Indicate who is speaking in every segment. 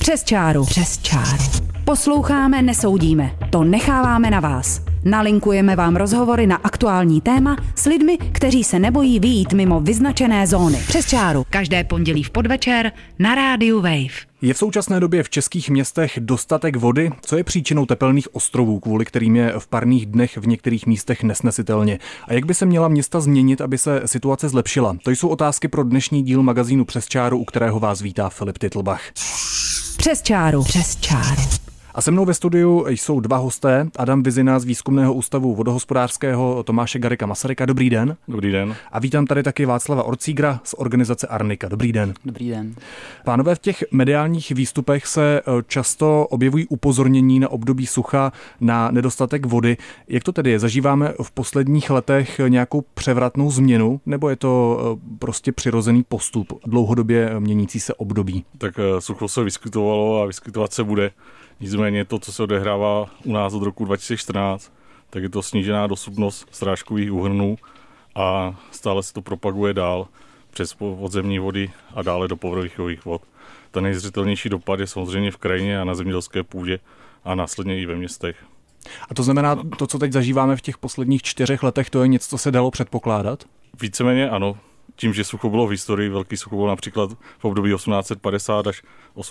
Speaker 1: Přes čáru. Přes čáru. Posloucháme, nesoudíme. To necháváme na vás. Nalinkujeme vám rozhovory na aktuální téma s lidmi, kteří se nebojí vyjít mimo vyznačené zóny. Přes čáru. Každé pondělí v podvečer na rádiu Wave.
Speaker 2: Je v současné době v českých městech dostatek vody? Co je příčinou tepelných ostrovů, kvůli kterým je v parních dnech v některých místech nesnesitelně? A jak by se měla města změnit, aby se situace zlepšila? To jsou otázky pro dnešní díl magazínu Přes čáru, u kterého vás vítá Filip Titlbach.
Speaker 1: Přes čáru. Přes čáru.
Speaker 2: A se mnou ve studiu jsou dva hosté. Adam Vizina z Výzkumného ústavu vodohospodářského Tomáše Garrigua Masaryka. Dobrý den.
Speaker 3: Dobrý den.
Speaker 2: A vítám tady taky Václava Orcígra z organizace Arnika. Dobrý den.
Speaker 4: Dobrý den.
Speaker 2: Pánové, v těch mediálních výstupech se často objevují upozornění na období sucha, na nedostatek vody. Jak to tedy je? Zažíváme v posledních letech nějakou převratnou změnu, nebo je to prostě přirozený postup, dlouhodobě měnící se období?
Speaker 3: Tak sucho se vyskytovalo a vyskytovat se bude. Nicméně to, co se odehrává u nás od roku 2014, tak je to snížená dostupnost srážkových úhrnů a stále se to propaguje dál přes podzemní vody a dále do povrchových vod. Ten nejzřetelnější dopad je samozřejmě v krajině a na zemědělské půdě a následně i ve městech.
Speaker 2: A to znamená, to, co teď zažíváme v těch posledních 4 letech, to je něco, co se dalo předpokládat?
Speaker 3: Víceméně ano. Tím, že sucho bylo v historii, velký sucho bylo například v období 1850 až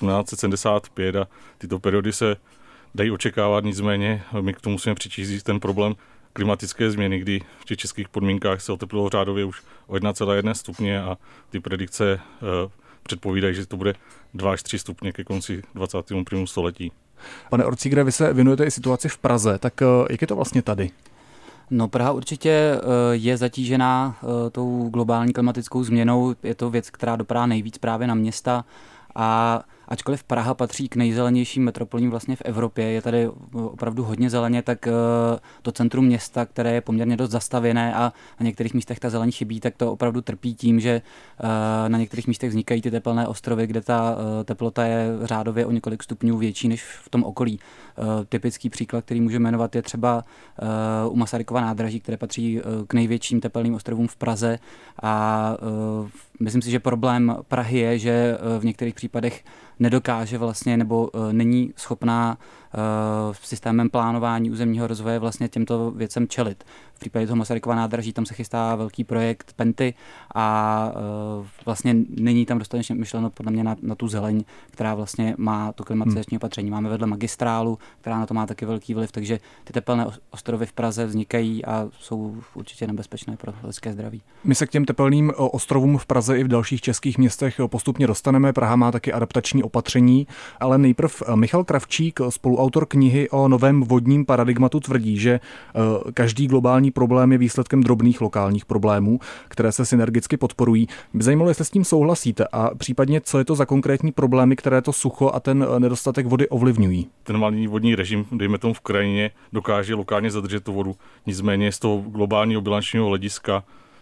Speaker 3: 1875 a tyto periody se dají očekávat, nicméně my k tomu musíme přičíst ten problém klimatické změny, kdy v těch českých podmínkách se oteplilo řádově už o 1,1 stupně a ty predikce předpovídají, že to bude 2 až 3 stupně ke konci 21. století.
Speaker 2: Pane Orcígre, vy se věnujete i situaci v Praze, tak jak je to vlastně tady?
Speaker 4: No, Praha určitě je zatížená tou globální klimatickou změnou. Je to věc, která dopadá nejvíc právě na města a ačkoliv Praha patří k nejzelenějším metropolím vlastně v Evropě, je tady opravdu hodně zeleně, tak to centrum města, které je poměrně dost zastavěné a na některých místech ta zeleň chybí, tak to opravdu trpí tím, že na některých místech vznikají ty tepelné ostrovy, kde ta teplota je řádově o několik stupňů větší než v tom okolí. Typický příklad, který můžeme jmenovat, je třeba u Masarykova nádraží, které patří k největším tepelným ostrovům v Praze a myslím si, že problém Prahy je, že v některých případech nedokáže vlastně nebo není schopná systémem plánování územního rozvoje vlastně těmto věcem čelit. V případě toho Masarykova nádraží tam se chystá velký projekt Penty a vlastně není tam dostatečně myšleno podle mě na tu zeleň, která vlastně má to klimatizační opatření. Máme vedle magistrálu, která na to má taky velký vliv, takže ty tepelné ostrovy v Praze vznikají a jsou určitě nebezpečné pro lidské zdraví.
Speaker 2: My se k těm tepelným ostrovům v Praze i v dalších českých městech postupně dostaneme. Praha má taky adaptační opatření, ale nejprv Michal Kravčík, spoluautor knihy o novém vodním paradigmatu, tvrdí, že každý globální problém je výsledkem drobných lokálních problémů, které se synergicky podporují. Mě zajímalo, jestli s tím souhlasíte a případně, co je to za konkrétní problémy, které to sucho a ten nedostatek vody ovlivňují.
Speaker 3: Ten malý vodní režim, dejme tomu v krajině, dokáže lokálně zadržet tu vodu. Nicméně z toho globálního bilančního hlediska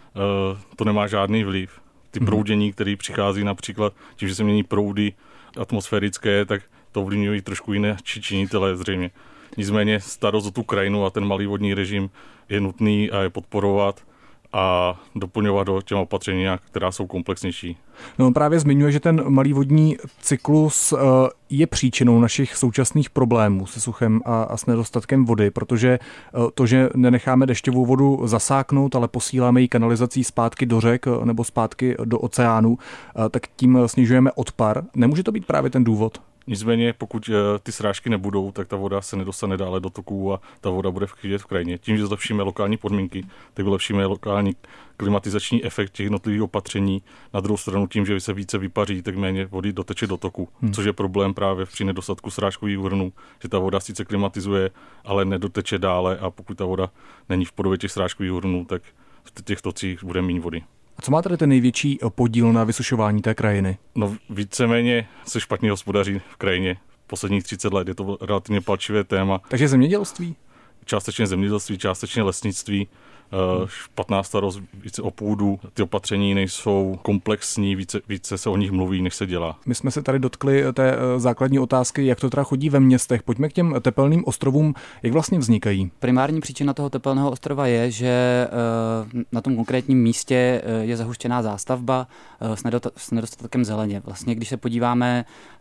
Speaker 3: to nemá žádný vliv. Ty proudění, které přichází například tím, že se mění proudy atmosférické, tak to ovlivňují trošku jiné činitelé zřejmě. Nicméně starost o tu krajinu a ten malý vodní režim je nutný a je podporovat a doplňovat do těm opatření, která jsou komplexnější.
Speaker 2: No, on právě zmiňuje, že ten malý vodní cyklus je příčinou našich současných problémů se suchem a s nedostatkem vody, protože to, že nenecháme dešťovou vodu zasáknout, ale posíláme ji kanalizací zpátky do řek nebo zpátky do oceánu, tak tím snižujeme odpar. Nemůže to být právě ten důvod?
Speaker 3: Nicméně, pokud ty srážky nebudou, tak ta voda se nedostane dále do toků a ta voda bude chybět v krajině. Tím, že zlepšíme lokální podmínky, tak vylepšíme lokální klimatizační efekt těch jednotlivých opatření. Na druhou stranu tím, že se více vypaří, tak méně vody doteče do toku, což je problém právě při nedostatku srážkových úhrnů, že ta voda sice klimatizuje, ale nedoteče dále a pokud ta voda není v podobě těch srážkových úhrnů, tak v těch tocích bude méně vody.
Speaker 2: A co má tady ten největší podíl na vysušování té krajiny?
Speaker 3: No víceméně se špatně hospodaří v krajině. Posledních 30 let je to relativně palčivé téma.
Speaker 2: Takže zemědělství?
Speaker 3: Částečně zemědělství, částečně lesnictví špatná starost více o půdu, ty opatření nejsou komplexní, více se o nich mluví, než se dělá.
Speaker 2: My jsme se tady dotkli té základní otázky, jak to teda chodí ve městech. Pojďme k těm tepelným ostrovům, jak vlastně vznikají.
Speaker 4: Primární příčina toho tepelného ostrova je, že na tom konkrétním místě je zahuštěná zástavba s nedostatkem zeleně. Vlastně, když se podíváme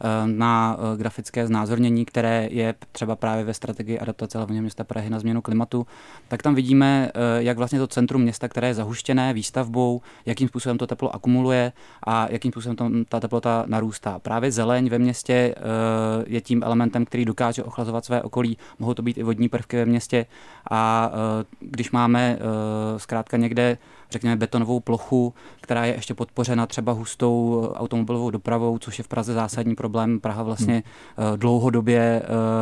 Speaker 4: na grafické znázornění, které je třeba právě ve strategii adaptace hlavního města Prahy na změnu klimatu, tak tam vidíme, jak vlastně to centrum města, které je zahuštěné výstavbou, jakým způsobem to teplo akumuluje a jakým způsobem ta teplota narůstá. Právě zeleň ve městě je tím elementem, který dokáže ochlazovat své okolí. Mohou to být i vodní prvky ve městě a když máme zkrátka někde, řekněme, betonovou plochu, která je ještě podpořena třeba hustou automobilovou dopravou, což je v Praze zásadní problém. Praha vlastně dlouhodobě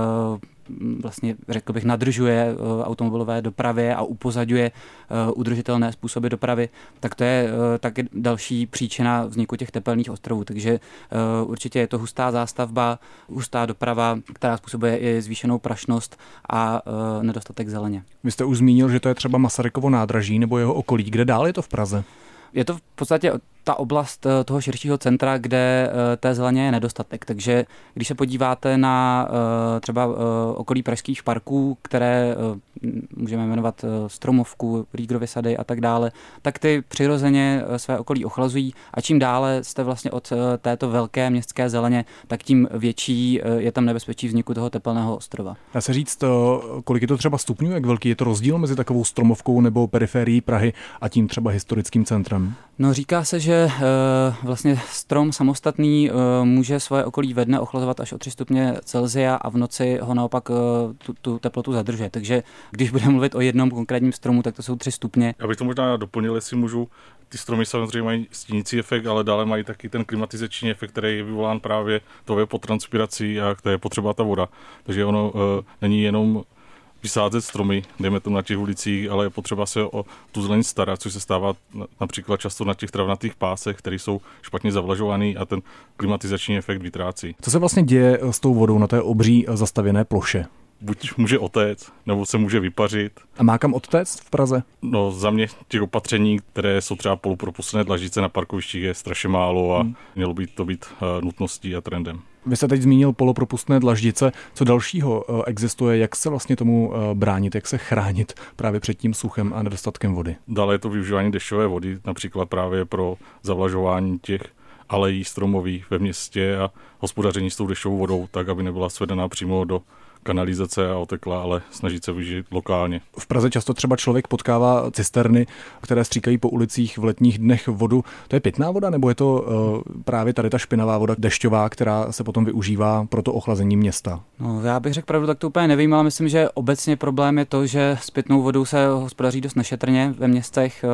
Speaker 4: vlastně, řekl bych, nadržuje automobilové dopravě a upozadňuje udržitelné způsoby dopravy, tak to je taky další příčina vzniku těch tepelných ostrovů. Takže určitě je to hustá zástavba, hustá doprava, která způsobuje i zvýšenou prašnost a nedostatek zeleně.
Speaker 2: Vy jste už zmínil, že to je třeba Masarykovo nádraží nebo jeho okolí. Kde dál je to v Praze?
Speaker 4: Je to v podstatě ta oblast toho širšího centra, kde té zeleně je nedostatek. Takže když se podíváte na třeba okolí pražských parků, které můžeme jmenovat Stromovku, Rýgrovy sady a tak dále, tak ty přirozeně své okolí ochlazují a čím dále jste vlastně od této velké městské zeleně, tak tím větší je tam nebezpečí vzniku toho tepelného ostrova.
Speaker 2: Dá se říct, kolik je to třeba stupňů, jak velký je to rozdíl mezi takovou Stromovkou nebo periferií Prahy a tím třeba historickým centrem?
Speaker 4: No, říká se, že vlastně strom samostatný může svoje okolí ve dne ochlazovat až o 3 stupně Celsia a v noci ho naopak tu teplotu zadržuje. Takže když budeme mluvit o jednom konkrétním stromu, tak to jsou 3 stupně.
Speaker 3: Já bych to možná doplnil, jestli můžu. Ty stromy samozřejmě mají stínící efekt, ale dále mají taky ten klimatizační efekt, který je vyvolán právě tou po transpirací a které je potřeba ta voda. Takže ono není jenom vysázet stromy, dejme to na těch ulicích, ale je potřeba se o tu zeleň starat, což se stává například často na těch travnatých pásech, které jsou špatně zavlažovaný a ten klimatizační efekt vytrácí.
Speaker 2: Co se vlastně děje s tou vodou na té obří zastavěné ploše?
Speaker 3: Buď může otéct, nebo se může vypařit.
Speaker 2: A má kam odtéct v Praze?
Speaker 3: No, za mě těch opatření, které jsou třeba polopropustné dlaždice na parkovištích, je strašně málo a mělo by to být nutností a trendem.
Speaker 2: Vy jste teď zmínil polopropustné dlaždice. Co dalšího existuje? Jak se vlastně tomu bránit? Jak se chránit právě před tím suchem a nedostatkem vody?
Speaker 3: Dále je to využívání dešťové vody, například právě pro zavlažování těch alejí stromových ve městě a hospodaření s tou dešťovou vodou, tak, aby nebyla svedená přímo do kanalizace a otekla, ale snažit se využít lokálně.
Speaker 2: V Praze často třeba člověk potkává cisterny, které stříkají po ulicích v letních dnech vodu. To je pitná voda, nebo je to právě tady ta špinavá voda dešťová, která se potom využívá pro to ochlazení města? No,
Speaker 4: já bych řekl pravdu, tak to úplně nevím, ale myslím, že obecně problém je to, že s pitnou vodou se hospodaří dost nešetrně ve městech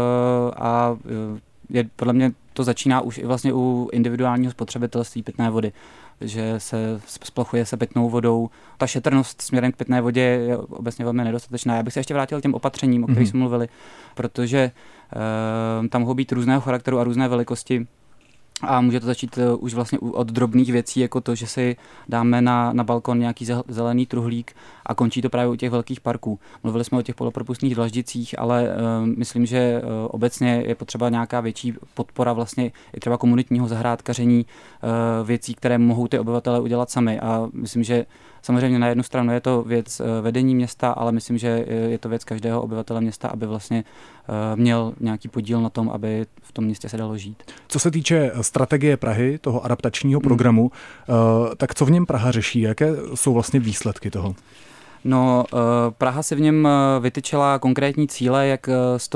Speaker 4: a je, podle mě to začíná už i vlastně u individuálního spotřebitelství pitné vody, že se splachuje se pitnou vodou. Ta šetrnost směrem k pitné vodě je obecně velmi nedostatečná. Já bych se ještě vrátil k těm opatřením, o kterých jsme mluvili, protože tam mohou být různého charakteru a různé velikosti. A může to začít už vlastně od drobných věcí, jako to, že si dáme na balkon nějaký zelený truhlík a končí to právě u těch velkých parků. Mluvili jsme o těch polopropustných dlaždicích, ale myslím, že obecně je potřeba nějaká větší podpora vlastně i třeba komunitního zahrádkaření, věcí, které mohou ty obyvatelé udělat sami. A myslím, že samozřejmě na jednu stranu je to věc vedení města, ale myslím, že je to věc každého obyvatele města, aby vlastně měl nějaký podíl na tom, aby v tom městě se dalo žít.
Speaker 2: Co se týče strategie Prahy, toho adaptačního programu, tak co v něm Praha řeší? Jaké jsou vlastně výsledky toho?
Speaker 4: No, Praha si v něm vytyčila konkrétní cíle, jak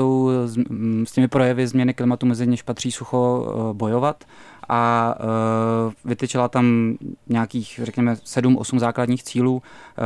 Speaker 4: s těmi projevy změny klimatu, mezi něž patří sucho, bojovat. A vytyčila tam nějakých, řekněme, 7-8 základních cílů.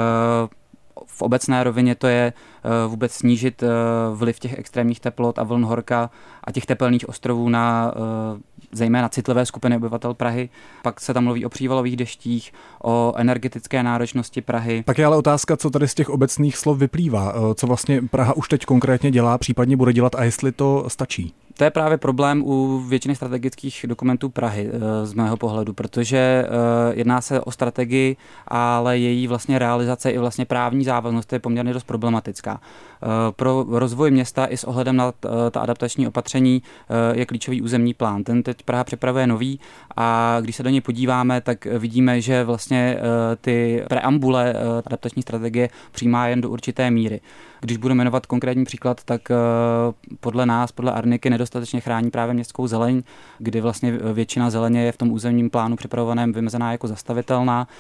Speaker 4: V obecné rovině to je vůbec snížit vliv těch extrémních teplot a vln horka a těch tepelných ostrovů na zejména citlivé skupiny obyvatel Prahy. Pak se tam mluví o přívalových deštích, o energetické náročnosti Prahy.
Speaker 2: Pak je ale otázka, co tady z těch obecných slov vyplývá. Co vlastně Praha už teď konkrétně dělá, případně bude dělat a jestli to stačí?
Speaker 4: To je právě problém u většiny strategických dokumentů Prahy z mého pohledu, protože jedná se o strategii, ale její vlastně realizace i vlastně právní závaznost je poměrně dost problematická. Pro rozvoj města i s ohledem na ta adaptační opatření je klíčový územní plán. Ten teď Praha připravuje nový a když se do něj podíváme, tak vidíme, že vlastně ty preambule adaptační strategie přijímá jen do určité míry. Když budu jmenovat konkrétní příklad, tak podle nás, podle Arniky, nedostatečně chrání právě městskou zeleň, kdy vlastně většina zeleně je v tom územním plánu připravovaném vymezená jako zastavitelná,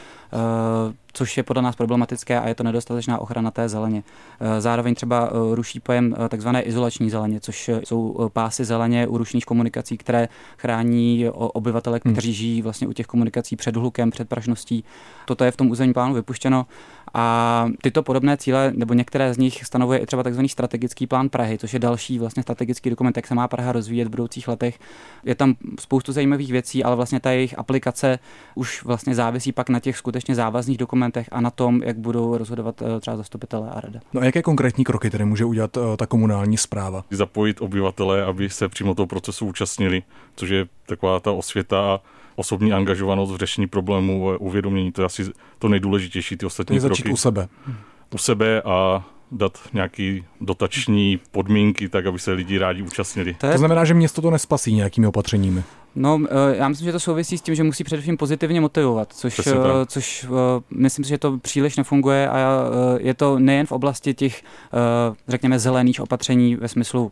Speaker 4: což je podle nás problematické a je to nedostatečná ochrana té zeleně. Zároveň třeba ruší pojem takzvané izolační zeleně, což jsou pásy zeleně u rušných komunikací, které chrání obyvatele, kteří žijí vlastně u těch komunikací před hlukem, před prašností. Toto je v tom územním plánu vypuštěno a tyto podobné cíle, nebo některé z nich stanovuje i třeba takzvaný strategický plán Prahy, což je další vlastně strategický dokument, jak se má Praha rozvíjet v budoucích letech. Je tam spoustu zajímavých věcí, ale vlastně ta jejich aplikace už vlastně závisí pak na těch skutečně závazných dokumentech a na tom, jak budou rozhodovat třeba zastupitelé a rada.
Speaker 2: No a jaké konkrétní kroky tedy může udělat ta komunální správa?
Speaker 3: Zapojit obyvatele, aby se přímo toho procesu účastnili, což je taková ta osvěta a osobní angažovanost v řešení problémů, uvědomění, to je asi to nejdůležitější, ty ostatní kroky.
Speaker 2: Začít u sebe.
Speaker 3: U sebe a dát nějaký dotační podmínky, tak aby se lidi rádi účastnili.
Speaker 2: To znamená, že město to nespasí nějakými opatřeními.
Speaker 4: No, já myslím, že to souvisí s tím, že musí především pozitivně motivovat, což myslím si, že to příliš nefunguje a je to nejen v oblasti těch, řekněme, zelených opatření ve smyslu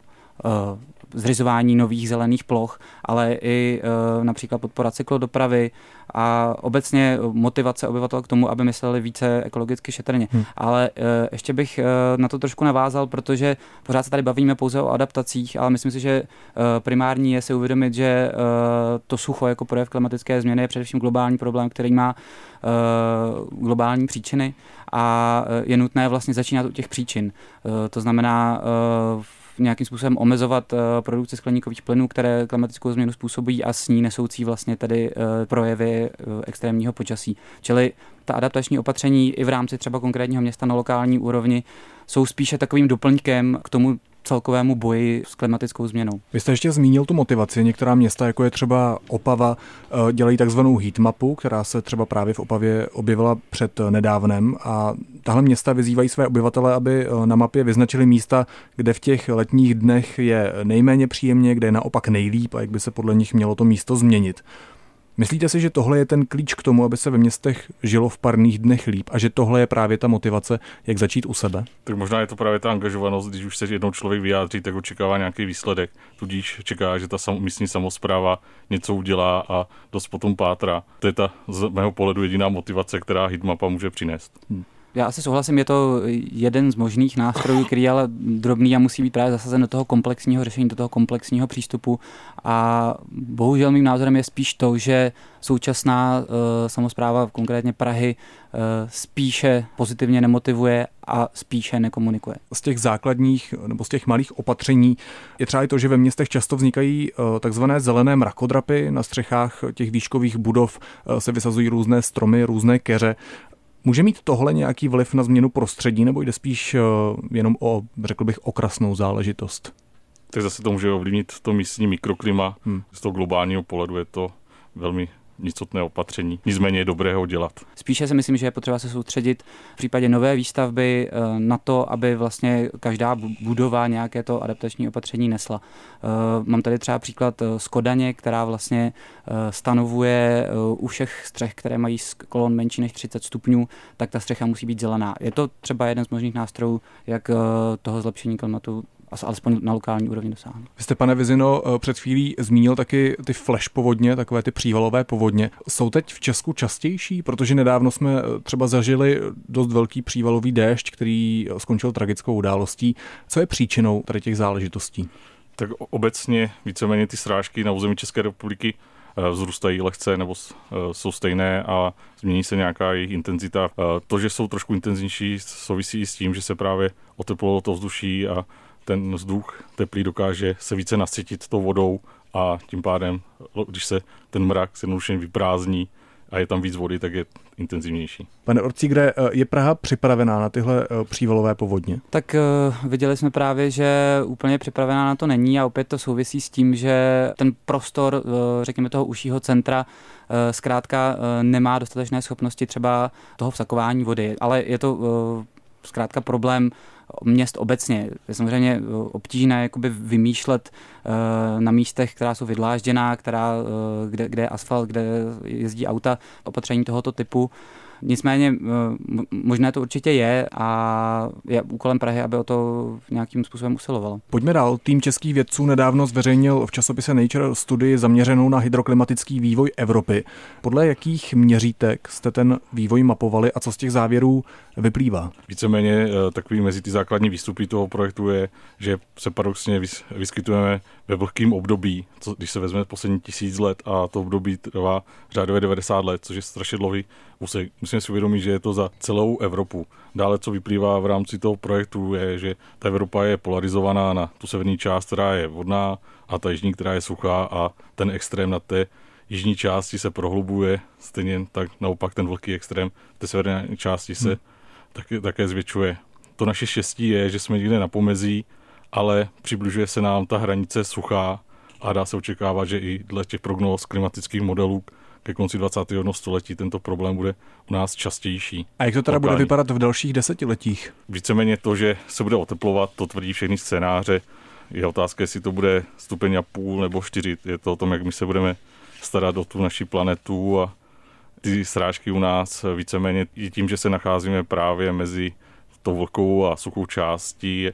Speaker 4: zřizování nových zelených ploch, ale i například podpora cyklodopravy a obecně motivace obyvatel k tomu, aby mysleli více ekologicky šetrně. Ale ještě bych na to trošku navázal, protože pořád se tady bavíme pouze o adaptacích, ale myslím si, že primární je si uvědomit, že to sucho jako projev klimatické změny je především globální problém, který má globální příčiny a je nutné vlastně začínat u těch příčin. To znamená nějakým způsobem omezovat produkci skleníkových plynů, které klimatickou změnu způsobují a s ní nesoucí vlastně tedy projevy extrémního počasí. Čili ta adaptační opatření i v rámci třeba konkrétního města na lokální úrovni jsou spíše takovým doplňkem k tomu celkovému boji s klimatickou změnou.
Speaker 2: Vy jste ještě zmínil tu motivaci. Některá města, jako je třeba Opava, dělají takzvanou heatmapu, která se třeba právě v Opavě objevila před nedávnem a tahle města vyzývají své obyvatele, aby na mapě vyznačili místa, kde v těch letních dnech je nejméně příjemně, kde je naopak nejlíp a jak by se podle nich mělo to místo změnit. Myslíte si, že tohle je ten klíč k tomu, aby se ve městech žilo v parných dnech líp a že tohle je právě ta motivace, jak začít u sebe?
Speaker 3: Tak možná je to právě ta angažovanost, když už se jednou člověk vyjádří, tak očekává nějaký výsledek. Tudíž čeká, že ta místní samospráva něco udělá a dost potom pátrá. To je ta z mého pohledu jediná motivace, která heatmapa může přinést.
Speaker 4: Já asi souhlasím, je to jeden z možných nástrojů, který je ale drobný a musí být právě zasazen do toho komplexního řešení, do toho komplexního přístupu. A bohužel mým názorem je spíš to, že současná samospráva, konkrétně Prahy, spíše pozitivně nemotivuje a spíše nekomunikuje.
Speaker 2: Z těch základních nebo z těch malých opatření je třeba i to, že ve městech často vznikají takzvané zelené mrakodrapy. Na střechách těch výškových budov se vysazují různé stromy, různé keře. Může mít tohle nějaký vliv na změnu prostředí, nebo jde spíš jenom o, řekl bych, okrasnou záležitost?
Speaker 3: Tak zase to může ovlivnit to místní mikroklima. Z toho globálního pohledu je to velmi nicotné opatření. Nicméně je dobré ho dělat.
Speaker 4: Spíše si myslím, že je potřeba se soustředit v případě nové výstavby na to, aby vlastně každá budova nějaké to adaptační opatření nesla. Mám tady třeba příklad z Kodaně, která vlastně stanovuje u všech střech, které mají kolon menší než 30 stupňů, tak ta střecha musí být zelená. Je to třeba jeden z možných nástrojů, jak toho zlepšení klimatu alespoň na lokální úrovni dosáhnout.
Speaker 2: Vy jste, pane Vizino, před chvílí zmínil taky ty flash povodně, takové ty přívalové povodně. Jsou teď v Česku častější? Protože nedávno jsme třeba zažili dost velký přívalový déšť, který skončil tragickou událostí. Co je příčinou tady těch záležitostí?
Speaker 3: Tak obecně víceméně ty srážky na území České republiky vzrůstají lehce nebo jsou stejné a změní se nějaká jejich intenzita. To, že jsou trošku intenzivnější, souvisí i s tím, že se právě oteplilo to vzduší a ten vzduch teplý dokáže se více nasytit tou vodou a tím pádem, když se ten mrak se vyprázdní, a je tam víc vody, tak je intenzivnější.
Speaker 2: Pane Orcígre, je Praha připravená na tyhle přívalové povodně?
Speaker 4: Tak viděli jsme právě, že úplně připravená na to není a opět to souvisí s tím, že ten prostor, řekněme toho užšího centra, zkrátka nemá dostatečné schopnosti třeba toho vsakování vody, ale je to zkrátka problém měst obecně. Je samozřejmě obtížné jakoby vymýšlet na místech, která jsou vydlážděná, kde je asfalt, kde jezdí auta, opatření tohoto typu. Nicméně možné to určitě je a je úkolem Prahy, aby o to nějakým způsobem usilovalo.
Speaker 2: Pojďme dál. Tým českých vědců nedávno zveřejnil v časopise Nature studii zaměřenou na hydroklimatický vývoj Evropy. Podle jakých měřítek jste ten vývoj mapovali a co z těch závěrů vyplývá?
Speaker 3: Víceméně takový mezi ty základní výstupy toho projektu je, že se paradoxně vyskytujeme ve vlhkém období, když se vezme poslední 1000 let a to období trvá řádově 90 let, což je strašně dlouhý úsek. Musíme si uvědomit, že je to za celou Evropu. Dále, co vyplývá v rámci toho projektu, je, že ta Evropa je polarizovaná na tu severní část, která je vodná, a ta jižní, která je suchá, a ten extrém na té jižní části se prohlubuje, stejně tak naopak ten vlhký extrém v té severní části se také zvětšuje. To naše štěstí je, že jsme někde na pomezí, ale přibližuje se nám ta hranice suchá a dá se očekávat, že i dle těch prognóz klimatických modelů ke konci 21. století tento problém bude u nás častější.
Speaker 2: A jak to teda bude vypadat v dalších desetiletích?
Speaker 3: Víceméně to, že se bude oteplovat, to tvrdí všechny scénáře. Je otázka, jestli to bude 1,5 stupně nebo 4. Je to o tom, jak my se budeme starat o tu naši planetu a ty srážky u nás víceméně i tím, že se nacházíme právě mezi tou vlhkou a suchou částí,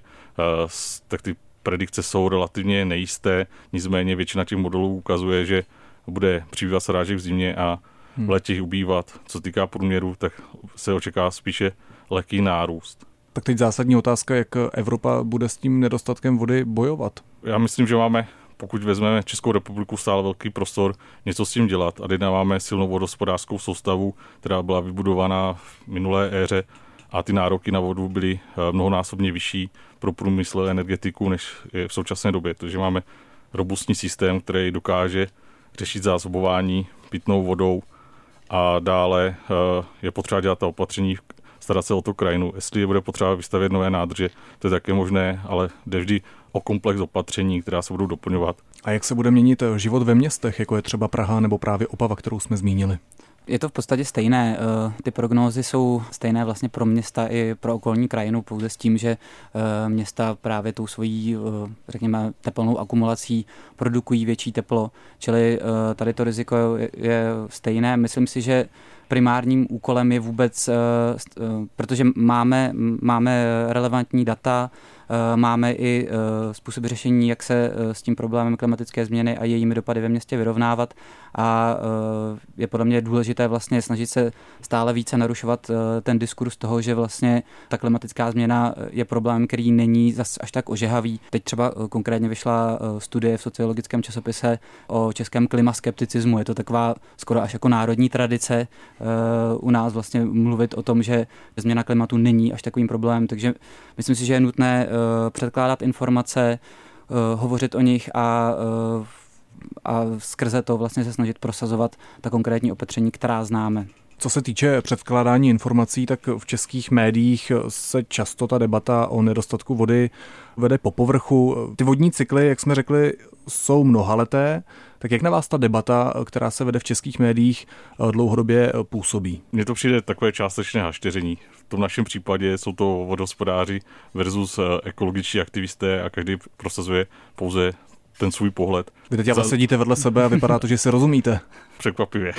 Speaker 3: tak ty predikce jsou relativně nejisté, nicméně většina těch modelů ukazuje, že bude přibývat srážek v zimě a v létě ubývat. Co se týká průměru, tak se očeká spíše lehký nárůst.
Speaker 2: Tak teď zásadní otázka, jak Evropa bude s tím nedostatkem vody bojovat?
Speaker 3: Já myslím, že máme, pokud vezmeme Českou republiku, stále velký prostor něco s tím dělat a teď máme silnou vodohospodářskou soustavu, která byla vybudovaná v minulé éře a ty nároky na vodu byly mnohonásobně vyšší pro průmysl a energetiku, než je v současné době. Takže máme robustní systém, který dokáže řešit zásobování pitnou vodou a dále je potřeba dělat ta opatření, starat se o tu krajinu. Jestli bude potřeba vystavět nové nádrže, to je také možné, ale jde vždy o komplex opatření, která se budou doplňovat.
Speaker 2: A jak se bude měnit život ve městech, jako je třeba Praha nebo právě Opava, kterou jsme zmínili?
Speaker 4: Je to v podstatě stejné. Ty prognózy jsou stejné vlastně pro města i pro okolní krajinu, pouze s tím, že města právě tou svojí, řekněme, teplnou akumulací produkují větší teplo, čili tady to riziko je stejné. Myslím si, že primárním úkolem je vůbec, protože máme relevantní data, máme i způsob řešení, jak se s tím problémem klimatické změny a jejími dopady ve městě vyrovnávat a je podle mě důležité vlastně snažit se stále více narušovat ten diskurs toho, že vlastně ta klimatická změna je problém, který není zas až tak ožehavý. Teď třeba konkrétně vyšla studie v sociologickém časopise o českém klimaskepticismu. Je to taková skoro až jako národní tradice u nás vlastně mluvit o tom, že změna klimatu není až takovým problémem, takže myslím si, že je nutné předkládat informace, hovořit o nich a skrze to vlastně se snažit prosazovat ta konkrétní opatření, která známe.
Speaker 2: Co se týče předkládání informací, tak v českých médiích se často ta debata o nedostatku vody vede po povrchu. Ty vodní cykly, jak jsme řekli, jsou mnohaleté. Tak jak na vás ta debata, která se vede v českých médiích, dlouhodobě působí?
Speaker 3: Mně to přijde takové částečné hašteření. V tom našem případě jsou to vodohospodáři versus ekologičtí aktivisté a každý prosazuje pouze ten svůj pohled.
Speaker 2: Vy teď ale sedíte vedle sebe a vypadá to, že si rozumíte.
Speaker 3: Překvapivě.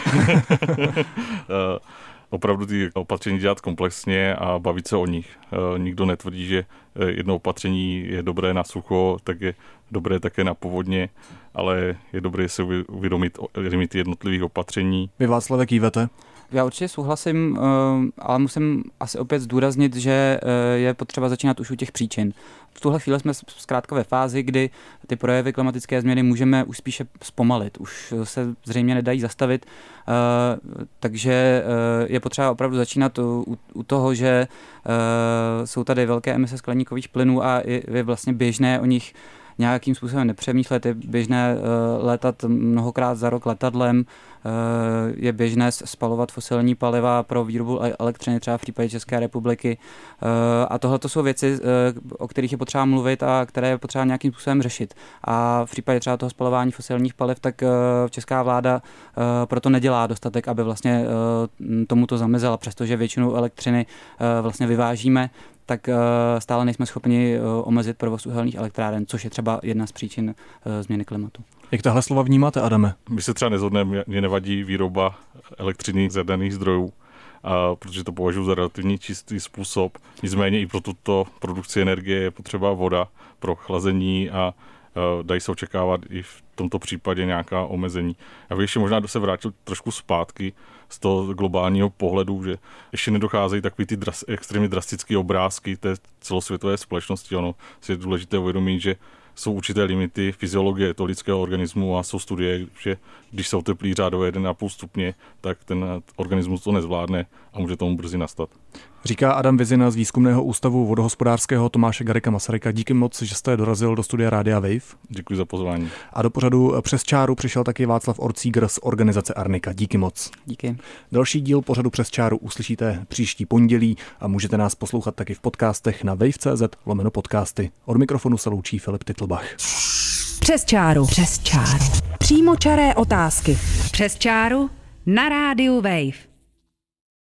Speaker 3: Opravdu ty opatření dělat komplexně a bavit se o nich. Nikdo netvrdí, že jedno opatření je dobré na sucho, tak je dobré také na povodně, ale je dobré si uvědomit limity jednotlivých opatření.
Speaker 2: Vy, Václave, kývete?
Speaker 4: Já určitě souhlasím, ale musím asi opět zdůraznit, že je potřeba začínat už u těch příčin. V tuhle chvíli jsme zkrátka ve fázi, kdy ty projevy klimatické změny můžeme už spíše zpomalit. Už se zřejmě nedají zastavit, takže je potřeba opravdu začínat u toho, že jsou tady velké emise skleníkových plynů a je vlastně běžné o nich nějakým způsobem nepřemýšlet. Je běžné letat mnohokrát za rok letadlem, je běžné spalovat fosilní paliva pro výrobu elektřiny, třeba v případě České republiky. A tohle to jsou věci, o kterých je potřeba mluvit a které je potřeba nějakým způsobem řešit. A v případě třeba toho spalování fosilních paliv, tak česká vláda proto nedělá dostatek, aby vlastně tomuto zamezila, přestože většinu elektřiny vlastně vyvážíme, tak stále nejsme schopni omezit provoz uhelných elektráren, což je třeba jedna z příčin změny klimatu.
Speaker 2: Jak tahle slova vnímáte, Adame?
Speaker 3: My se třeba nezhodneme, mě nevadí výroba elektřiny z jaderných zdrojů, protože to považuji za relativně čistý způsob. Nicméně i pro tuto produkci energie je potřeba voda pro chlazení a dají se očekávat i v tomto případě nějaká omezení. Já bych ještě možná se vrátil trošku zpátky z toho globálního pohledu, že ještě nedocházejí takový ty extrémně drastické obrázky té celosvětové společnosti. Ono si je důležité uvědomit, že jsou určité limity fyziologie toho lidského organismu a jsou studie, že když se oteplí řádově 1,5 stupně, tak ten organismus to nezvládne a může tomu brzy nastat.
Speaker 2: Říká Adam Vizina z Výzkumného ústavu vodohospodářského Tomáše Garrigua Masaryka. Díky moc, že jste dorazil do studia Rádia Wave.
Speaker 3: Děkuji za pozvání.
Speaker 2: A do pořadu Přes čáru přišel taky Václav Orcígr z organizace Arnika. Díky moc.
Speaker 4: Díky.
Speaker 2: Další díl pořadu Přes čáru uslyšíte příští pondělí a můžete nás poslouchat taky v podcastech na wave.cz/podcasty. Od mikrofonu se loučí Filip Titlbach.
Speaker 1: Přes čáru. Přes čáru. Přímočaré otázky. Přes čáru na rádiu Wave.